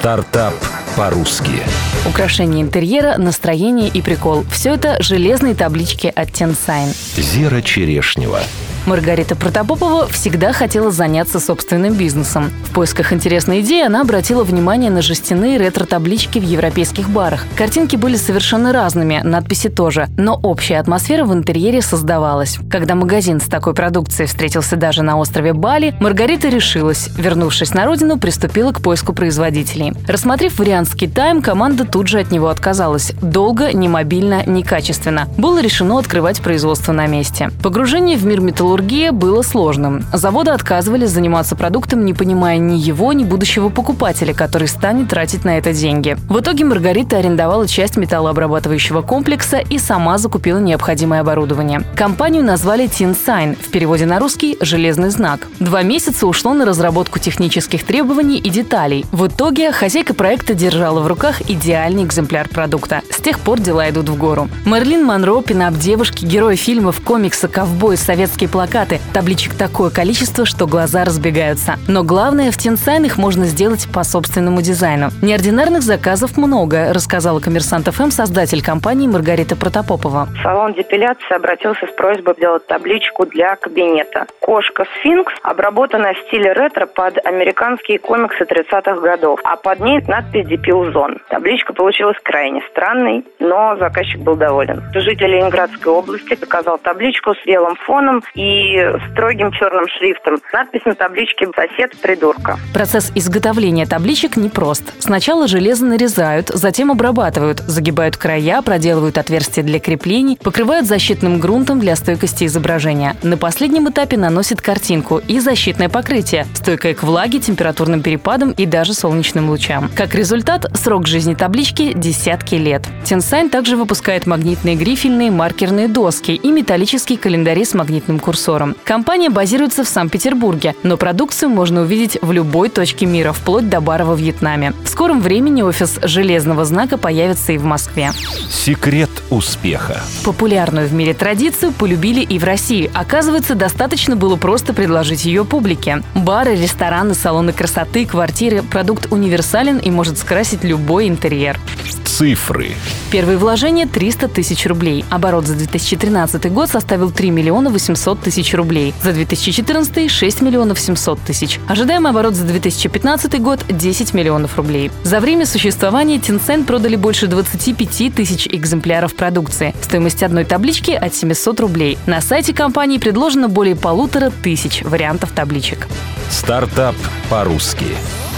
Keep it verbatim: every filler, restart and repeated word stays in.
Стартап по-русски. Украшение интерьера, настроение и прикол. Все это железные таблички от TenSign. Зира Черешнева. Маргарита Протопопова всегда хотела заняться собственным бизнесом. В поисках интересной идеи она обратила внимание на жестяные ретро-таблички в европейских барах. Картинки были совершенно разными, надписи тоже, но общая атмосфера в интерьере создавалась. Когда магазин с такой продукцией встретился даже на острове Бали, Маргарита решилась. Вернувшись на родину, приступила к поиску производителей. Рассмотрев вариант с Китаем, команда тут же от него отказалась. Долго, не мобильно, не качественно. Было решено открывать производство на месте. Погружение в мир металлургии было сложным. Заводы отказывались заниматься продуктом, не понимая ни его, ни будущего покупателя, который станет тратить на это деньги. В итоге Маргарита арендовала часть металлообрабатывающего комплекса и сама закупила необходимое оборудование. Компанию назвали TenSign, в переводе на русский «железный знак». Два месяца ушло на разработку технических требований и деталей. В итоге хозяйка проекта держала в руках идеальный экземпляр продукта. С тех пор дела идут в гору. Мэрилин Монро, пин-ап девушки, герои фильмов, комикса, ковбой, советские плакаты. Табличек такое количество, что глаза разбегаются. Но главное, в TenSign их можно сделать по собственному дизайну. Неординарных заказов много, рассказала «Коммерсант эф эм» создатель компании Маргарита Протопопова. Салон депиляции обратился с просьбой сделать табличку для кабинета. Кошка-сфинкс, обработанная в стиле ретро под американские комиксы тридцатых годов, а под ней надпись «Депил-зон». Табличка получилась крайне странной, но заказчик был доволен. Житель Ленинградской области показал табличку с белым фоном и строгим черным шрифтом. Надпись на табличке «Сосед придурка». Процесс изготовления табличек непрост. Сначала железо нарезают, затем обрабатывают, загибают края, проделывают отверстия для креплений, покрывают защитным грунтом для стойкости изображения. На последнем этапе наносят картинку и защитное покрытие, стойкое к влаге, температурным перепадам и даже солнечным лучам. Как результат, срок жизни таблички – десятки лет. TenSign также выпускает магнитные грифельные маркерные доски и металлические календари с магнитным курсором. Компания базируется в Санкт-Петербурге, но продукцию можно увидеть в любой точке мира, вплоть до бара во Вьетнаме. В скором времени офис «Железного знака» появится и в Москве. Секрет успеха. Популярную в мире традицию полюбили и в России. Оказывается, достаточно было просто предложить ее публике. Бары, рестораны, салоны красоты, квартиры. Продукт универсален и может скрасить любой интерьер. Цифры. Первые вложения – триста тысяч рублей. Оборот за две тысячи тринадцатый год составил три миллиона восемьсот тысяч рублей. За две тысячи четырнадцатый – шесть миллионов семьсот тысяч. Ожидаемый оборот за две тысячи пятнадцатый год – десять миллионов рублей. За время существования TenSign продали больше двадцати пяти тысяч экземпляров продукции. Стоимость одной таблички – от семисот рублей. На сайте компании предложено более полутора тысяч вариантов табличек. Стартап по-русски.